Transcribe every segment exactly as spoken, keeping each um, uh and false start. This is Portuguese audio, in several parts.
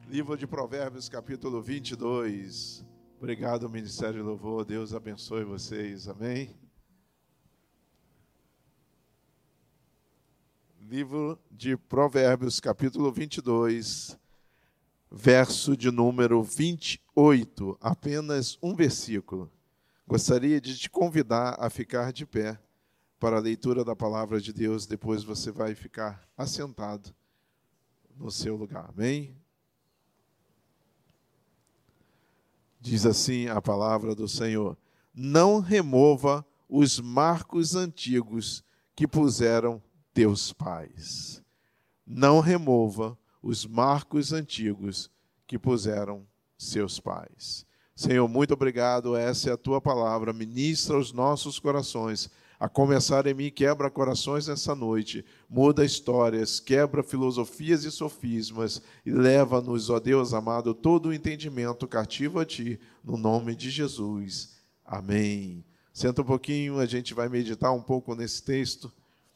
Livro de Provérbios, capítulo vinte e dois. Obrigado, Ministério de Louvor. Deus abençoe vocês. Amém? Livro de Provérbios, capítulo vinte e dois, verso de número vinte e oito. Apenas um versículo. Gostaria de te convidar a ficar de pé para a leitura da palavra de Deus. Depois você vai ficar assentado no seu lugar. Amém? Diz assim a palavra do Senhor: não remova os marcos antigos que puseram teus pais. Não remova os marcos antigos que puseram seus pais. Senhor, muito obrigado. Essa é a tua palavra. Ministra os nossos corações. A começar em mim, quebra corações nessa noite, muda histórias, quebra filosofias e sofismas e leva-nos, ó Deus amado, todo o entendimento cativo a Ti, no nome de Jesus. Amém. Senta um pouquinho, a gente vai meditar um pouco nesse texto.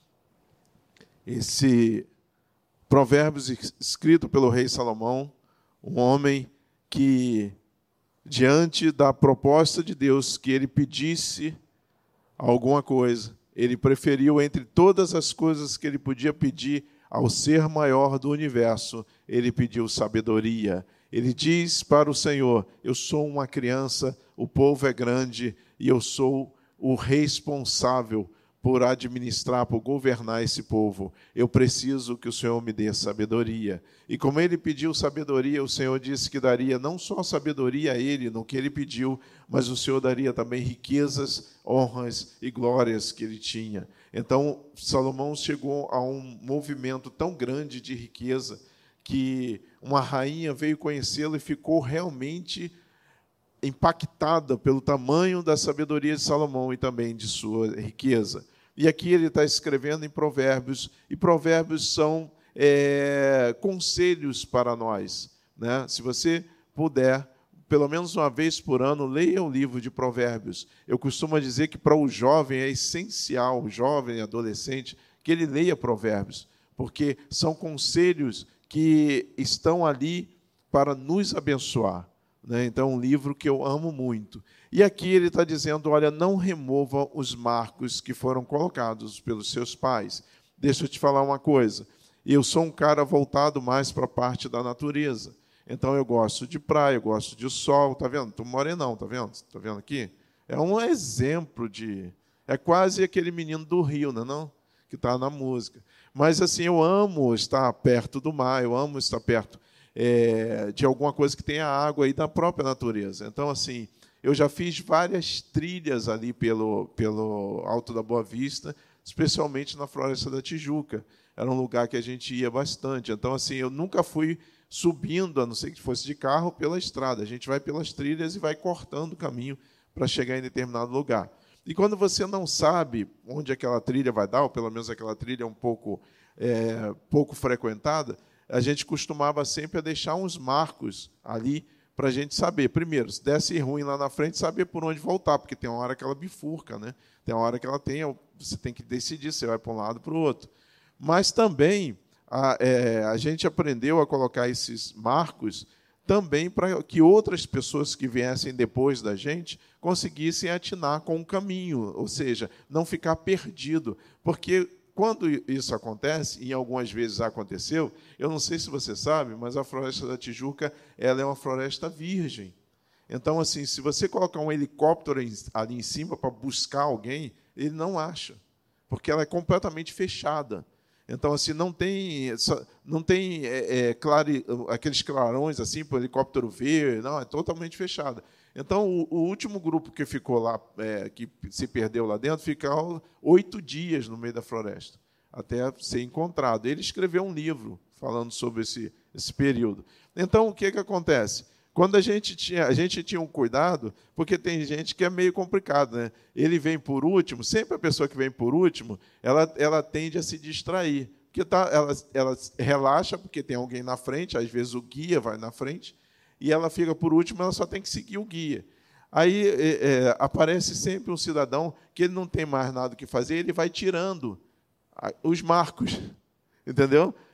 Esse Provérbios escrito pelo rei Salomão, um homem que, diante da proposta de Deus, que ele pedisse alguma coisa, ele preferiu, entre todas as coisas que ele podia pedir ao ser maior do universo, ele pediu sabedoria. Ele diz para o Senhor: eu sou uma criança, o povo é grande e eu sou o responsável por administrar, por governar esse povo. Eu preciso que o Senhor me dê sabedoria. E como ele pediu sabedoria, o Senhor disse que daria não só sabedoria a ele no que ele pediu, mas o Senhor daria também riquezas, honras e glórias que ele tinha. Então, Salomão chegou a um movimento tão grande de riqueza que uma rainha veio conhecê-lo e ficou realmente impactada pelo tamanho da sabedoria de Salomão e também de sua riqueza. E aqui ele está escrevendo em Provérbios, e Provérbios são é, conselhos para nós, né? Se você puder, pelo menos uma vez por ano, leia o livro de Provérbios. Eu costumo dizer que para o jovem é essencial, o jovem e adolescente, que ele leia Provérbios, porque são conselhos que estão ali para nos abençoar. Então, um livro que eu amo muito. E aqui ele está dizendo, olha, não remova os marcos que foram colocados pelos seus pais. Deixa eu te falar uma coisa. Eu sou um cara voltado mais para a parte da natureza. Então, eu gosto de praia, eu gosto de sol. Está vendo? Estou morenão, está vendo? Está vendo aqui? É um exemplo de... É quase aquele menino do Rio, não é não? Que está na música. Mas, assim, eu amo estar perto do mar, eu amo estar perto É, de alguma coisa que tenha água aí da própria natureza. Então, assim, eu já fiz várias trilhas ali pelo, pelo Alto da Boa Vista, especialmente na Floresta da Tijuca. Era um lugar que a gente ia bastante. Então, assim, eu nunca fui subindo, a não ser que fosse de carro, pela estrada. A gente vai pelas trilhas e vai cortando o caminho para chegar em determinado lugar. E quando você não sabe onde aquela trilha vai dar, ou pelo menos aquela trilha é um pouco, é, pouco frequentada, a gente costumava sempre a deixar uns marcos ali para a gente saber. Primeiro, se desse ruim lá na frente, saber por onde voltar, porque tem uma hora que ela bifurca, né? Tem uma hora que ela tem, você tem que decidir se vai para um lado ou para o outro. Mas também a, é, a gente aprendeu a colocar esses marcos também para que outras pessoas que viessem depois da gente conseguissem atinar com o caminho, ou seja, não ficar perdido, porque quando isso acontece, e algumas vezes aconteceu, eu não sei se você sabe, mas a Floresta da Tijuca ela é uma floresta virgem. Então, assim, se você colocar um helicóptero ali em cima para buscar alguém, ele não acha, porque ela é completamente fechada. Então, assim, não tem, não tem é, é, clare, aqueles clarões assim para o helicóptero ver, não, é totalmente fechada. Então, o, o último grupo que ficou lá, é, que se perdeu lá dentro, ficou oito dias no meio da floresta, até ser encontrado. Ele escreveu um livro falando sobre esse, esse período. Então, o que, que acontece? Quando a gente tinha, a gente tinha um cuidado, porque tem gente que é meio complicado, né? Ele vem por último, sempre a pessoa que vem por último, ela, ela tende a se distrair. Porque tá, ela, ela relaxa, porque tem alguém na frente, às vezes o guia vai na frente, e ela fica por último, ela só tem que seguir o guia. Aí é, é, aparece sempre um cidadão que ele não tem mais nada o que fazer, ele vai tirando os marcos, entendeu?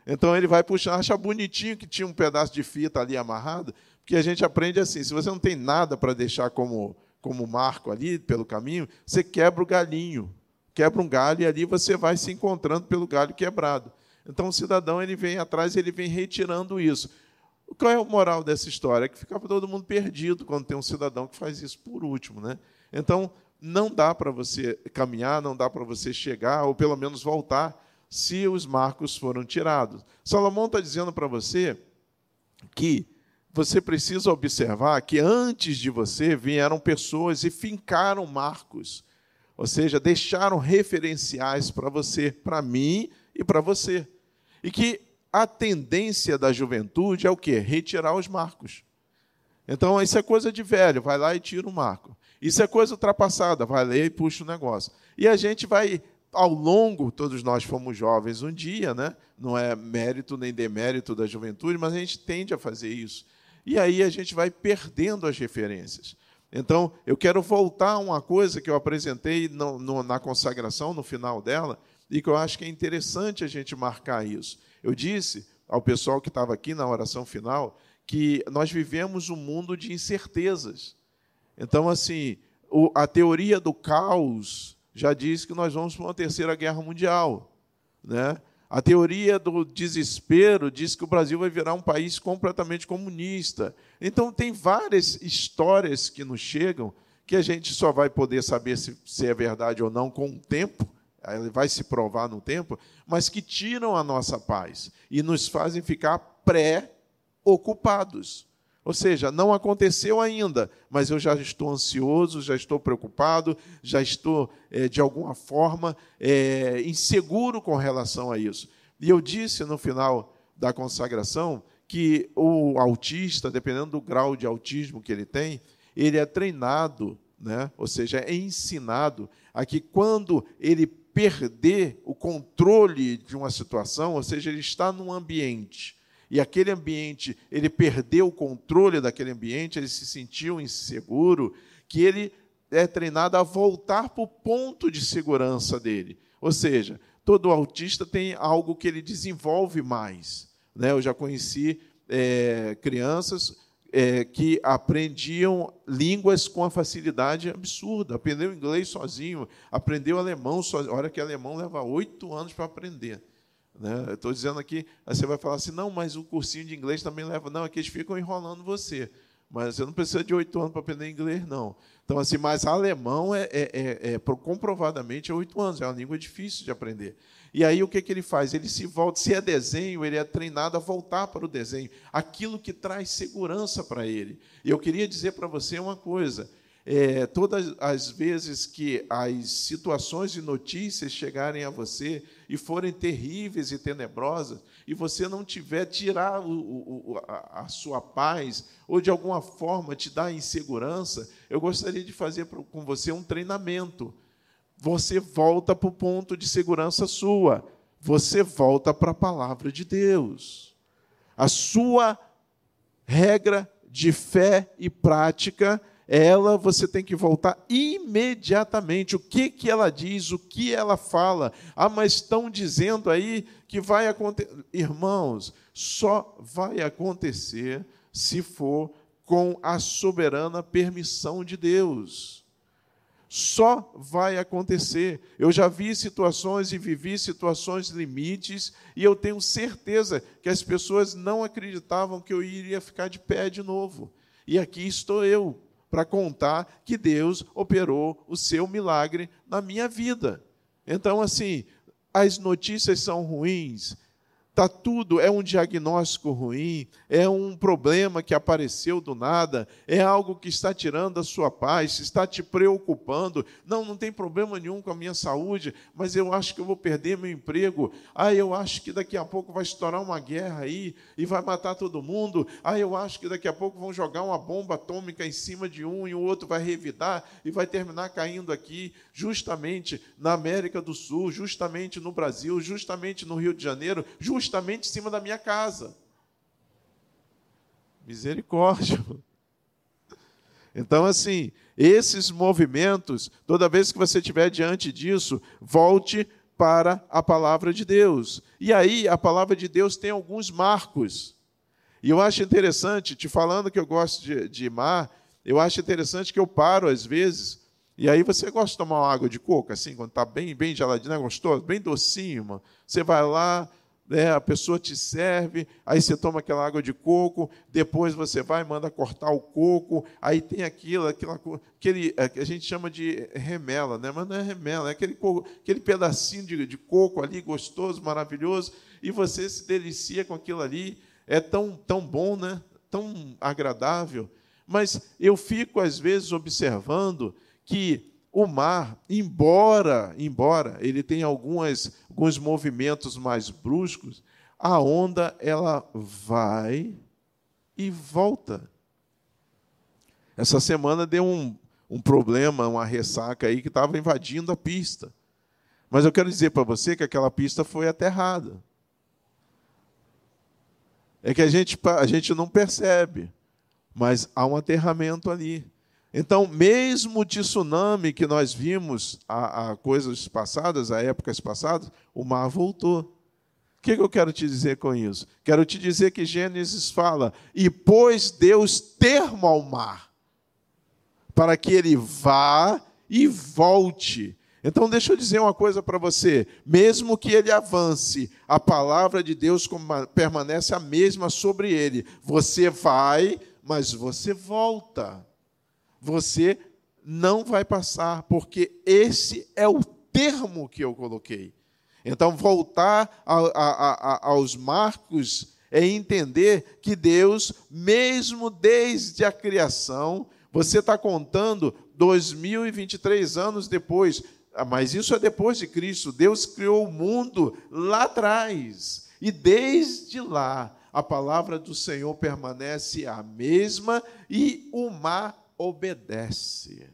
Então ele vai puxar, acha bonitinho que tinha um pedaço de fita ali amarrado, porque a gente aprende assim, se você não tem nada para deixar como, como marco ali pelo caminho, você quebra o galinho, quebra um galho e ali você vai se encontrando pelo galho quebrado. Então o cidadão ele vem atrás e ele vem retirando isso. Qual é a moral dessa história? É que ficava todo mundo perdido quando tem um cidadão que faz isso por último, né? Então, não dá para você caminhar, não dá para você chegar, ou pelo menos voltar, se os marcos foram tirados. Salomão está dizendo para você que você precisa observar que antes de você vieram pessoas e fincaram marcos, ou seja, deixaram referenciais para você, para mim e para você. E que a tendência da juventude é o quê? Retirar os marcos. Então, isso é coisa de velho, vai lá e tira o marco. Isso é coisa ultrapassada, vai lá e puxa o negócio. E a gente vai, ao longo, todos nós fomos jovens um dia, né? Não é mérito nem demérito da juventude, mas a gente tende a fazer isso. E aí a gente vai perdendo as referências. Então, eu quero voltar a uma coisa que eu apresentei no, no, na consagração, no final dela, e que eu acho que é interessante a gente marcar isso. Eu disse ao pessoal que estava aqui na oração final que nós vivemos um mundo de incertezas. Então, assim, o, a teoria do caos já diz que nós vamos para uma terceira guerra mundial, né? A teoria do desespero diz que o Brasil vai virar um país completamente comunista. Então, tem várias histórias que nos chegam que a gente só vai poder saber se, se é verdade ou não com o tempo, ele vai se provar no tempo, mas que tiram a nossa paz e nos fazem ficar pré-ocupados. Ou seja, não aconteceu ainda, mas eu já estou ansioso, já estou preocupado, já estou, é, de alguma forma, é, inseguro com relação a isso. E eu disse no final da consagração que o autista, dependendo do grau de autismo que ele tem, ele é treinado, né? Ou seja, é ensinado a que quando ele perder o controle de uma situação, ou seja, ele está num ambiente, e aquele ambiente, ele perdeu o controle daquele ambiente, ele se sentiu inseguro, que ele é treinado a voltar para o ponto de segurança dele. Ou seja, todo autista tem algo que ele desenvolve mais, né? Eu já conheci é, crianças é, que aprendiam línguas com uma facilidade absurda, aprendeu inglês sozinho, aprendeu alemão sozinho. Olha que alemão leva oito anos para aprender. Né? Estou dizendo aqui, aí você vai falar assim, não, mas o cursinho de inglês também leva. Não, aqui eles ficam enrolando você. Mas você não precisa de oito anos para aprender inglês, não. Então, assim, mas alemão é, é, é, é comprovadamente é oito anos, é uma língua difícil de aprender. E aí o que, que ele faz? Ele se volta, se é desenho, ele é treinado a voltar para o desenho, aquilo que traz segurança para ele. E eu queria dizer para você uma coisa. É, todas as vezes que as situações e notícias chegarem a você e forem terríveis e tenebrosas, e você não tiver tirar o, o, a, a sua paz, ou de alguma forma te dar insegurança, eu gostaria de fazer com você um treinamento. Você volta para o ponto de segurança sua, você volta para a palavra de Deus. A sua regra de fé e prática, ela você tem que voltar imediatamente. O que, que ela diz, o que ela fala. Ah, mas estão dizendo aí que vai acontecer. Irmãos, só vai acontecer se for com a soberana permissão de Deus. Só vai acontecer. Eu já vi situações e vivi situações limites, e eu tenho certeza que as pessoas não acreditavam que eu iria ficar de pé de novo. E aqui estou eu, para contar que Deus operou o seu milagre na minha vida. Então, assim, as notícias são ruins, tá tudo, é um diagnóstico ruim, é um problema que apareceu do nada, é algo que está tirando a sua paz, está te preocupando. Não, não tem problema nenhum com a minha saúde, mas eu acho que eu vou perder meu emprego. Ah, eu acho que daqui a pouco vai estourar uma guerra aí e vai matar todo mundo. Ah, eu acho que daqui a pouco vão jogar uma bomba atômica em cima de um e o outro vai revidar e vai terminar caindo aqui, justamente na América do Sul, justamente no Brasil, justamente no Rio de Janeiro, justamente justamente em cima da minha casa. Misericórdia. Então, assim, esses movimentos, toda vez que você estiver diante disso, volte para a palavra de Deus. E aí, a palavra de Deus tem alguns marcos. E eu acho interessante, te falando que eu gosto de, de mar, eu acho interessante que eu paro às vezes, e aí você gosta de tomar uma água de coco, assim, quando está bem, bem geladinho, é gostoso, bem docinho, irmão. Você vai lá, né, a pessoa te serve, aí você toma aquela água de coco, depois você vai e manda cortar o coco, aí tem aquilo, aquela, aquele, a gente chama de remela, né? Mas não é remela, é aquele, coco, aquele pedacinho de, de coco ali, gostoso, maravilhoso, e você se delicia com aquilo ali, é tão, tão bom, né? Tão agradável. Mas eu fico, às vezes, observando que o mar, embora, embora ele tenha algumas, alguns movimentos mais bruscos, a onda ela vai e volta. Essa semana deu um, um problema, uma ressaca aí que estava invadindo a pista. Mas eu quero dizer para você que aquela pista foi aterrada. É que a gente, a gente não percebe, mas há um aterramento ali. Então, mesmo o tsunami que nós vimos há, há coisas passadas, há épocas passadas, o mar voltou. O que eu quero te dizer com isso? Quero te dizer que Gênesis fala, e pôs Deus termo ao mar, para que ele vá e volte. Então, deixa eu dizer uma coisa para você. Mesmo que ele avance, a palavra de Deus permanece a mesma sobre ele. Você vai, mas você volta. Você não vai passar, porque esse é o termo que eu coloquei. Então, voltar a, a, a, aos marcos é entender que Deus, mesmo desde a criação, você está contando dois mil e vinte e três anos depois, mas isso é depois de Cristo. Deus criou o mundo lá atrás, e desde lá a palavra do Senhor permanece a mesma e o mar obedece.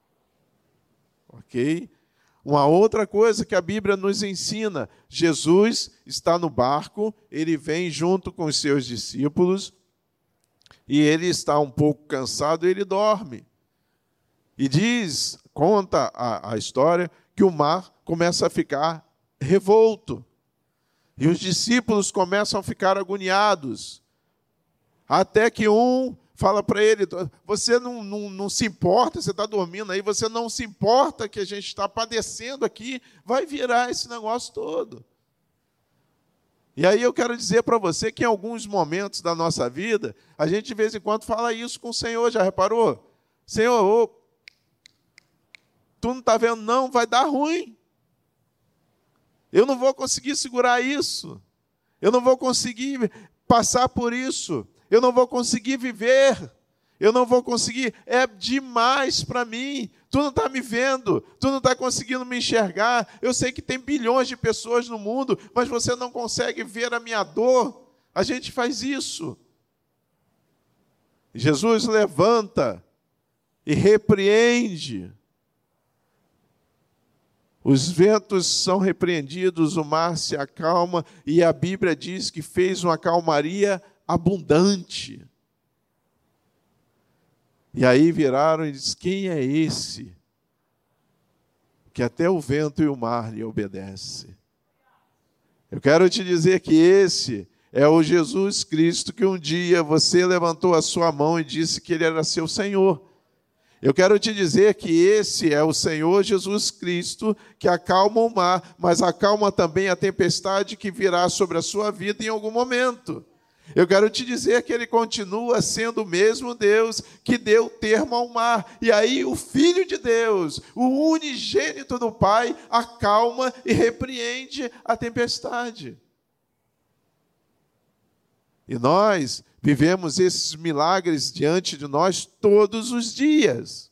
Ok? Uma outra coisa que a Bíblia nos ensina, Jesus está no barco, ele vem junto com os seus discípulos, e ele está um pouco cansado, ele dorme. E diz, conta a, a história, que o mar começa a ficar revolto. E os discípulos começam a ficar agoniados. Até que um fala para ele, você não, não, não se importa, você está dormindo aí, você não se importa que a gente está padecendo aqui, vai virar esse negócio todo. E aí eu quero dizer para você que em alguns momentos da nossa vida, a gente de vez em quando fala isso com o Senhor, já reparou? Senhor, ô, tu não está vendo não, vai dar ruim. Eu não vou conseguir segurar isso. Eu não vou conseguir passar por isso. Eu não vou conseguir viver, eu não vou conseguir, é demais para mim, tu não está me vendo, tu não está conseguindo me enxergar, eu sei que tem bilhões de pessoas no mundo, mas você não consegue ver a minha dor, a gente faz isso. Jesus levanta e repreende, os ventos são repreendidos, o mar se acalma, e a Bíblia diz que fez uma calmaria abundante. E aí viraram e disse, quem é esse que até o vento e o mar lhe obedecem? Eu quero te dizer que esse é o Jesus Cristo que um dia você levantou a sua mão e disse que ele era seu Senhor. Eu quero te dizer que esse é o Senhor Jesus Cristo que acalma o mar, mas acalma também a tempestade que virá sobre a sua vida em algum momento. Eu quero te dizer que ele continua sendo o mesmo Deus que deu termo ao mar. E aí o Filho de Deus, o unigênito do Pai, acalma e repreende a tempestade. E nós vivemos esses milagres diante de nós todos os dias.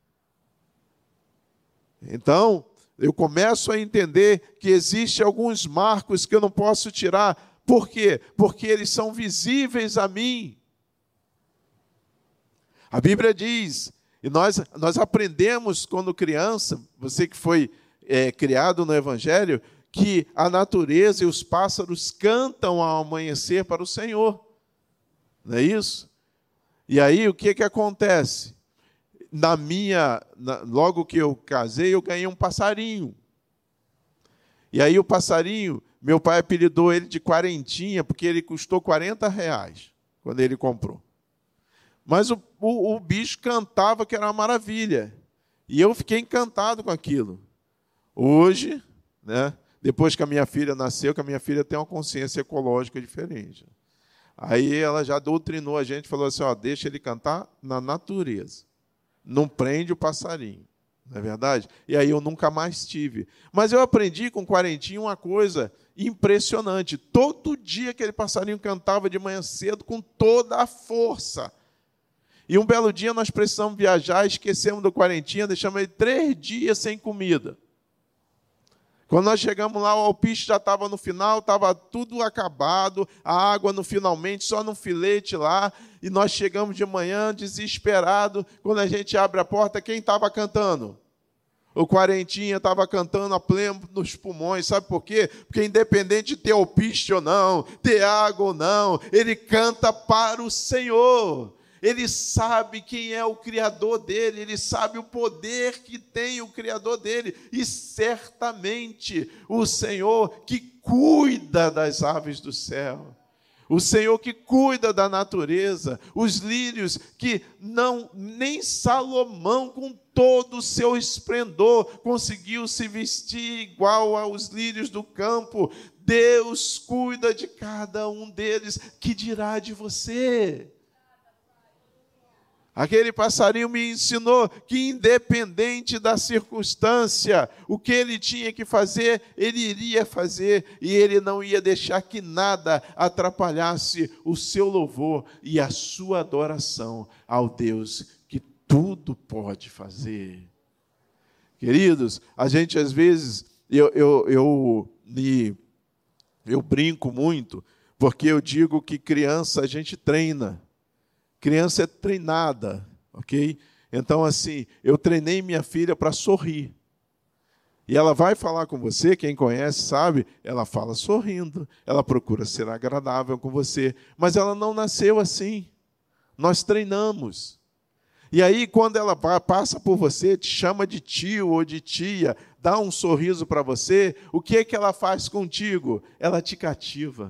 Então, eu começo a entender que existem alguns marcos que eu não posso tirar. Por quê? Porque eles são visíveis a mim. A Bíblia diz, e nós, nós aprendemos quando criança, você que foi é, criado no Evangelho, que a natureza e os pássaros cantam ao amanhecer para o Senhor. Não é isso? E aí, o que, que acontece? Na minha, na, logo que eu casei, eu ganhei um passarinho. E aí o passarinho, meu pai apelidou ele de quarentinha, porque ele custou quarenta reais quando ele comprou. Mas o, o, o bicho cantava que era uma maravilha. E eu fiquei encantado com aquilo. Hoje, né, depois que a minha filha nasceu, que a minha filha tem uma consciência ecológica diferente. Aí ela já doutrinou a gente, falou assim, ó, deixa ele cantar na natureza. Não prende o passarinho. Não é verdade? E aí eu nunca mais tive. Mas eu aprendi com quarentinha uma coisa impressionante. Todo dia aquele passarinho cantava de manhã cedo com toda a força. E um belo dia nós precisamos viajar, esquecemos do quarentinha, deixamos ele três dias sem comida. Quando nós chegamos lá, o alpiste já estava no final, estava tudo acabado, a água no finalmente, só no filete lá, e nós chegamos de manhã desesperado. Quando a gente abre a porta, quem estava cantando? O quarentinha estava cantando a pleno nos pulmões, sabe por quê? Porque independente de ter alpiste ou não, ter água ou não, ele canta para o Senhor. Ele sabe quem é o Criador dele, ele sabe o poder que tem o Criador dele, e certamente o Senhor que cuida das aves do céu, o Senhor que cuida da natureza, os lírios que não, nem Salomão, com todo o seu esplendor, conseguiu se vestir igual aos lírios do campo. Deus cuida de cada um deles, que dirá de você? Aquele passarinho me ensinou que, independente da circunstância, o que ele tinha que fazer, ele iria fazer, e ele não ia deixar que nada atrapalhasse o seu louvor e a sua adoração ao Deus que tudo pode fazer. Queridos, a gente às vezes, eu, eu, eu, me, eu brinco muito, porque eu digo que criança a gente treina. Criança é treinada, ok? Então, assim, eu treinei minha filha para sorrir. E ela vai falar com você, quem conhece sabe, ela fala sorrindo, ela procura ser agradável com você, mas ela não nasceu assim. Nós treinamos. E aí, quando ela passa por você, te chama de tio ou de tia, dá um sorriso para você, o que é que ela faz contigo? Ela te cativa.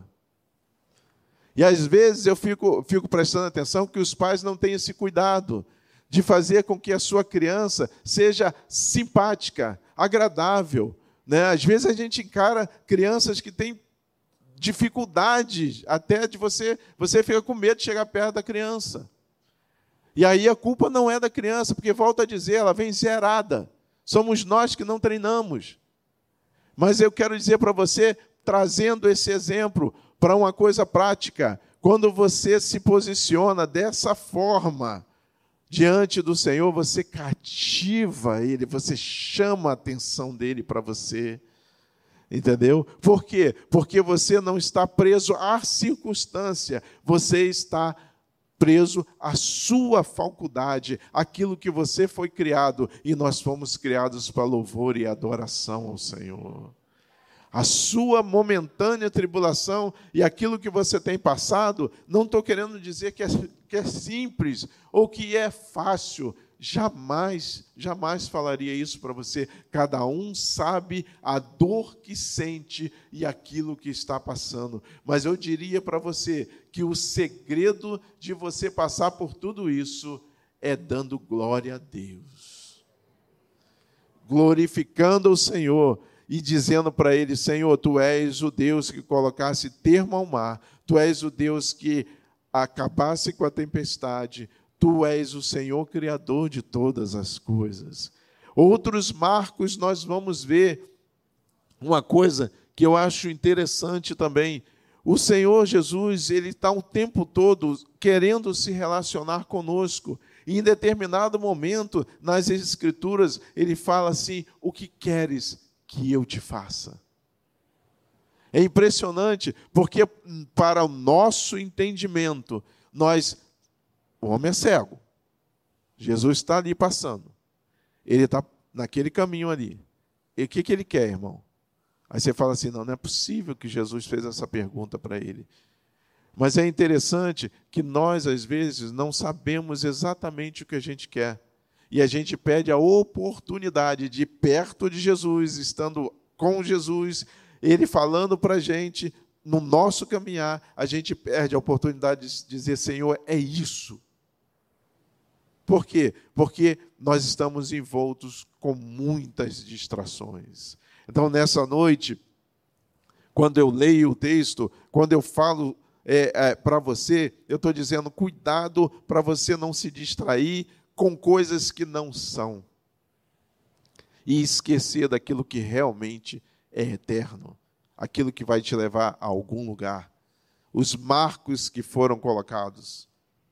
E às vezes eu fico, fico prestando atenção que os pais não têm esse cuidado de fazer com que a sua criança seja simpática, agradável, né? Às vezes a gente encara crianças que têm dificuldade, até de você, você fica com medo de chegar perto da criança. E aí a culpa não é da criança, porque, volto a dizer, ela vem zerada. Somos nós que não treinamos. Mas eu quero dizer para você, trazendo esse exemplo, para uma coisa prática, quando você se posiciona dessa forma diante do Senhor, você cativa Ele, você chama a atenção dEle para você, entendeu? Por quê? Porque você não está preso à circunstância, você está preso à sua faculdade, aquilo que você foi criado, e nós fomos criados para louvor e adoração ao Senhor. A sua momentânea tribulação e aquilo que você tem passado, não estou querendo dizer que é, que é simples ou que é fácil. Jamais, jamais falaria isso para você. Cada um sabe a dor que sente e aquilo que está passando. Mas eu diria para você que o segredo de você passar por tudo isso é dando glória a Deus. Glorificando o Senhor. E dizendo para ele, Senhor, Tu és o Deus que colocasse termo ao mar, Tu és o Deus que acabasse com a tempestade, Tu és o Senhor Criador de todas as coisas. Outros marcos nós vamos ver uma coisa que eu acho interessante também. O Senhor Jesus, Ele está o tempo todo querendo se relacionar conosco. E em determinado momento, nas Escrituras, Ele fala assim, o que queres que eu te faça? É impressionante, porque para o nosso entendimento, nós, o homem é cego, Jesus está ali passando, ele está naquele caminho ali, e o que, que ele quer, irmão? Aí você fala assim, não, não é possível que Jesus fez essa pergunta para ele. Mas é interessante que nós, às vezes, não sabemos exatamente o que a gente quer. E a gente pede a oportunidade de ir perto de Jesus, estando com Jesus, Ele falando para a gente, no nosso caminhar, a gente perde a oportunidade de dizer, Senhor, é isso. Por quê? Porque nós estamos envoltos com muitas distrações. Então, nessa noite, quando eu leio o texto, quando eu falo é, é, para você, eu estou dizendo, cuidado para você não se distrair com coisas que não são. E esquecer daquilo que realmente é eterno. Aquilo que vai te levar a algum lugar. Os marcos que foram colocados.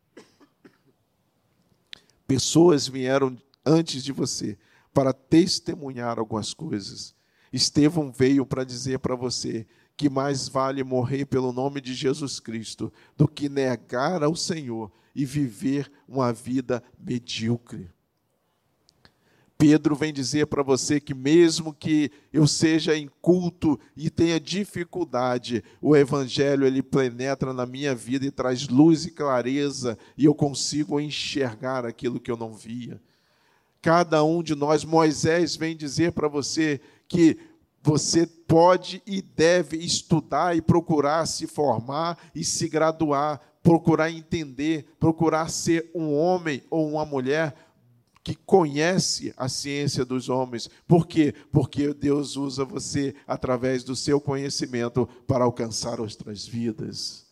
Pessoas vieram antes de você para testemunhar algumas coisas. Estevão veio para dizer para você que mais vale morrer pelo nome de Jesus Cristo do que negar ao Senhor e viver uma vida medíocre. Pedro vem dizer para você que mesmo que eu seja inculto e tenha dificuldade, o Evangelho ele penetra na minha vida e traz luz e clareza, e eu consigo enxergar aquilo que eu não via. Cada um de nós, Moisés vem dizer para você que você pode e deve estudar e procurar se formar e se graduar, procurar entender, procurar ser um homem ou uma mulher que conhece a ciência dos homens. Por quê? Porque Deus usa você, através do seu conhecimento, para alcançar outras vidas.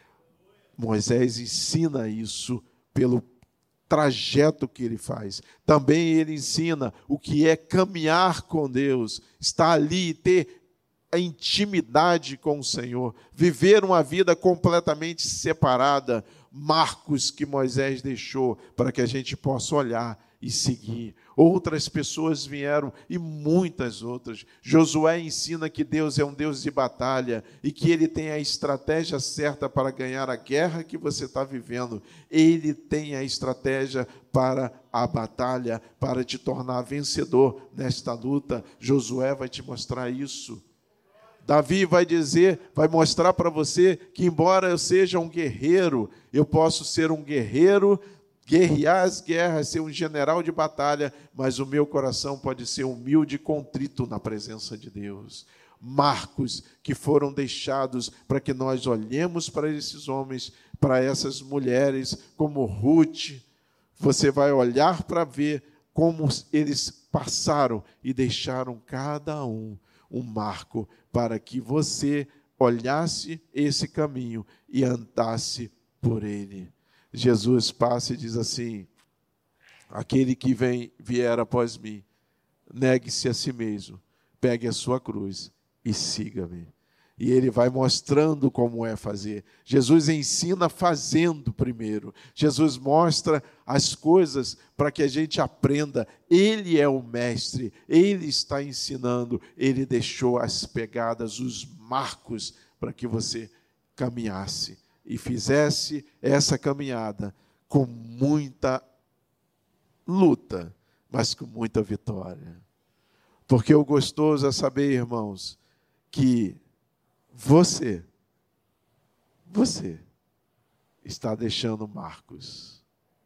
Moisés ensina isso pelo trajeto que ele faz. Também ele ensina o que é caminhar com Deus, estar ali e ter a intimidade com o Senhor, viver uma vida completamente separada, marcos que Moisés deixou para que a gente possa olhar e seguir. Outras pessoas vieram e muitas outras. Josué ensina que Deus é um Deus de batalha e que Ele tem a estratégia certa para ganhar a guerra que você está vivendo. Ele tem a estratégia para a batalha, para te tornar vencedor nesta luta. Josué vai te mostrar isso. Davi vai dizer, vai mostrar para você que embora eu seja um guerreiro, eu posso ser um guerreiro, guerrear as guerras, ser um general de batalha, mas o meu coração pode ser humilde e contrito na presença de Deus. Marcos que foram deixados para que nós olhemos para esses homens, para essas mulheres, como Ruth. Você vai olhar para ver como eles passaram e deixaram cada um um marco para que você olhasse esse caminho e andasse por ele. Jesus passa e diz assim, aquele que vem, vier após mim, negue-se a si mesmo, pegue a sua cruz e siga-me. E ele vai mostrando como é fazer. Jesus ensina fazendo primeiro. Jesus mostra as coisas para que a gente aprenda. Ele é o mestre, ele está ensinando, ele deixou as pegadas, os marcos para que você caminhasse e fizesse essa caminhada com muita luta, mas com muita vitória. Porque o gostoso é saber, irmãos, que você, você está deixando marcos.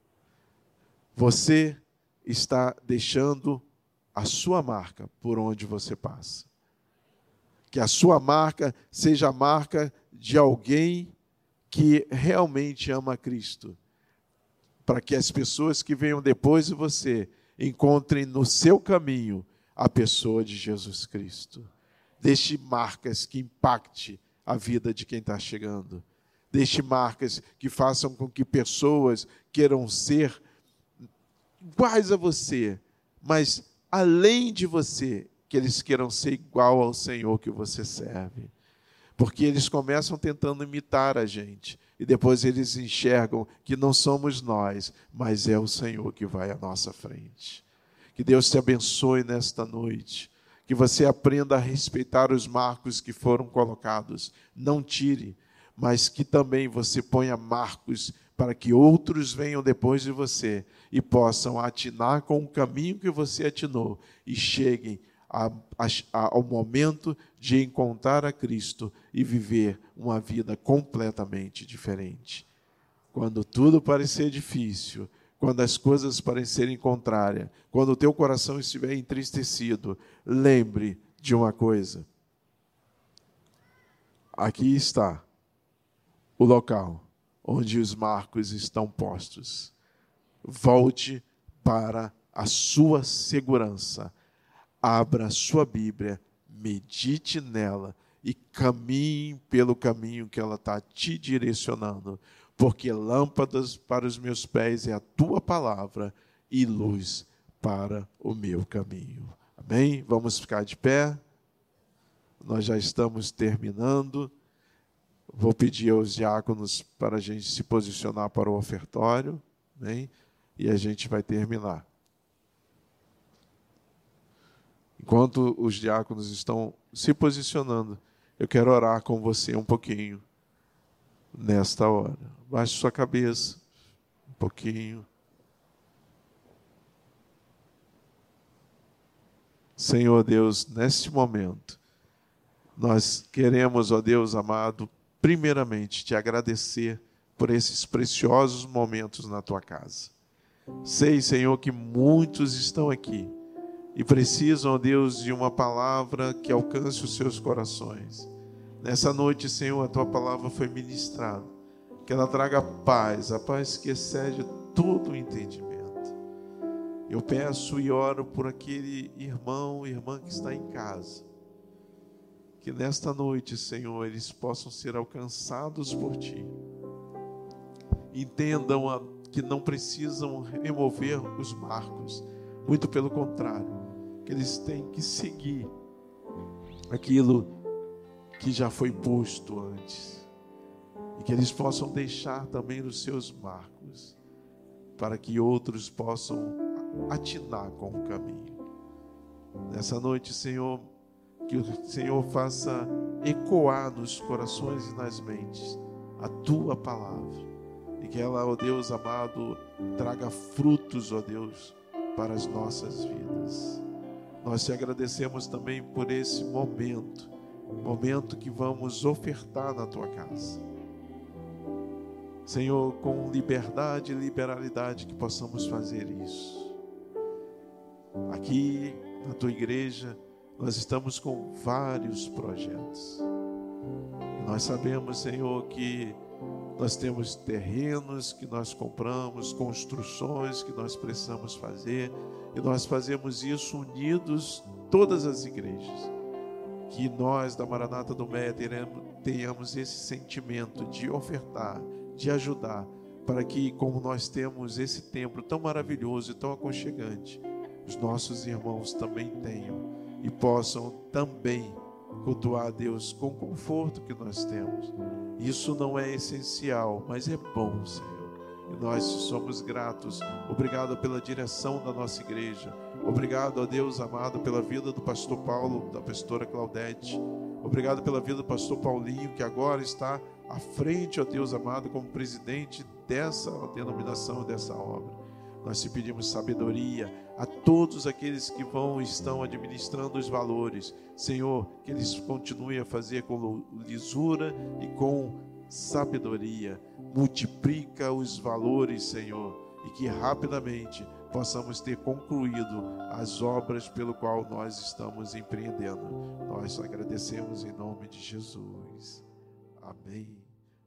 Você está deixando a sua marca por onde você passa. Que a sua marca seja a marca de alguém que realmente ama Cristo. Para que as pessoas que venham depois de você encontrem no seu caminho a pessoa de Jesus Cristo. Deixe marcas que impactem a vida de quem está chegando. Deixe marcas que façam com que pessoas queiram ser iguais a você, mas além de você, que eles queiram ser igual ao Senhor que você serve. Porque eles começam tentando imitar a gente, e depois eles enxergam que não somos nós, mas é o Senhor que vai à nossa frente. Que Deus te abençoe nesta noite. Que você aprenda a respeitar os marcos que foram colocados. Não tire, mas que também você ponha marcos para que outros venham depois de você e possam atinar com o caminho que você atinou e cheguem a, a, a, ao momento de encontrar a Cristo e viver uma vida completamente diferente. Quando tudo parecer difícil, quando as coisas parecerem contrárias, quando o teu coração estiver entristecido, lembre de uma coisa. Aqui está o local onde os marcos estão postos. Volte para a sua segurança. Abra a sua Bíblia, medite nela e caminhe pelo caminho que ela está te direcionando. Porque lâmpadas para os meus pés é a tua palavra e luz para o meu caminho. Amém? Vamos ficar de pé. Nós já estamos terminando. Vou pedir aos diáconos para a gente se posicionar para o ofertório. Amém? E a gente vai terminar. Enquanto os diáconos estão se posicionando, eu quero orar com você um pouquinho nesta hora. Baixe sua cabeça um pouquinho. Senhor Deus, neste momento, nós queremos, ó Deus amado, primeiramente te agradecer por esses preciosos momentos na tua casa. Sei, Senhor, que muitos estão aqui e precisam, ó Deus, de uma palavra que alcance os seus corações. Nessa noite, Senhor, a tua palavra foi ministrada. Que ela traga paz, a paz que excede todo o entendimento. Eu peço e oro por aquele irmão, irmã que está em casa. Que nesta noite, Senhor, eles possam ser alcançados por Ti. Entendam a, que não precisam remover os marcos. Muito pelo contrário, que eles têm que seguir aquilo que já foi posto antes. E que eles possam deixar também os seus marcos, para que outros possam atinar com o caminho. Nessa noite, Senhor, que o Senhor faça ecoar nos corações e nas mentes a Tua palavra. E que ela, ó Deus amado, traga frutos, ó Deus, para as nossas vidas. Nós te agradecemos também por esse momento, momento que vamos ofertar na Tua casa. Senhor, com liberdade e liberalidade que possamos fazer isso. Aqui na Tua igreja, nós estamos com vários projetos. E nós sabemos, Senhor, que nós temos terrenos que nós compramos, construções que nós precisamos fazer, e nós fazemos isso unidos, todas as igrejas. Que nós, da Maranata do Meia, tenhamos esse sentimento de ofertar, de ajudar, para que, como nós temos esse templo tão maravilhoso e tão aconchegante, os nossos irmãos também tenham e possam também cultuar a Deus com o conforto que nós temos. Isso não é essencial, mas é bom, Senhor. E nós somos gratos. Obrigado pela direção da nossa igreja. Obrigado, ó Deus amado, pela vida do pastor Paulo, da pastora Claudete. Obrigado pela vida do pastor Paulinho, que agora está à frente, ó Deus amado, como presidente dessa denominação, dessa obra. Nós te pedimos sabedoria a todos aqueles que vão estão administrando os valores. Senhor, que eles continuem a fazer com lisura e com sabedoria. Multiplica os valores, Senhor, e que rapidamente possamos ter concluído as obras pelo qual nós estamos empreendendo. Nós agradecemos em nome de Jesus. Amém.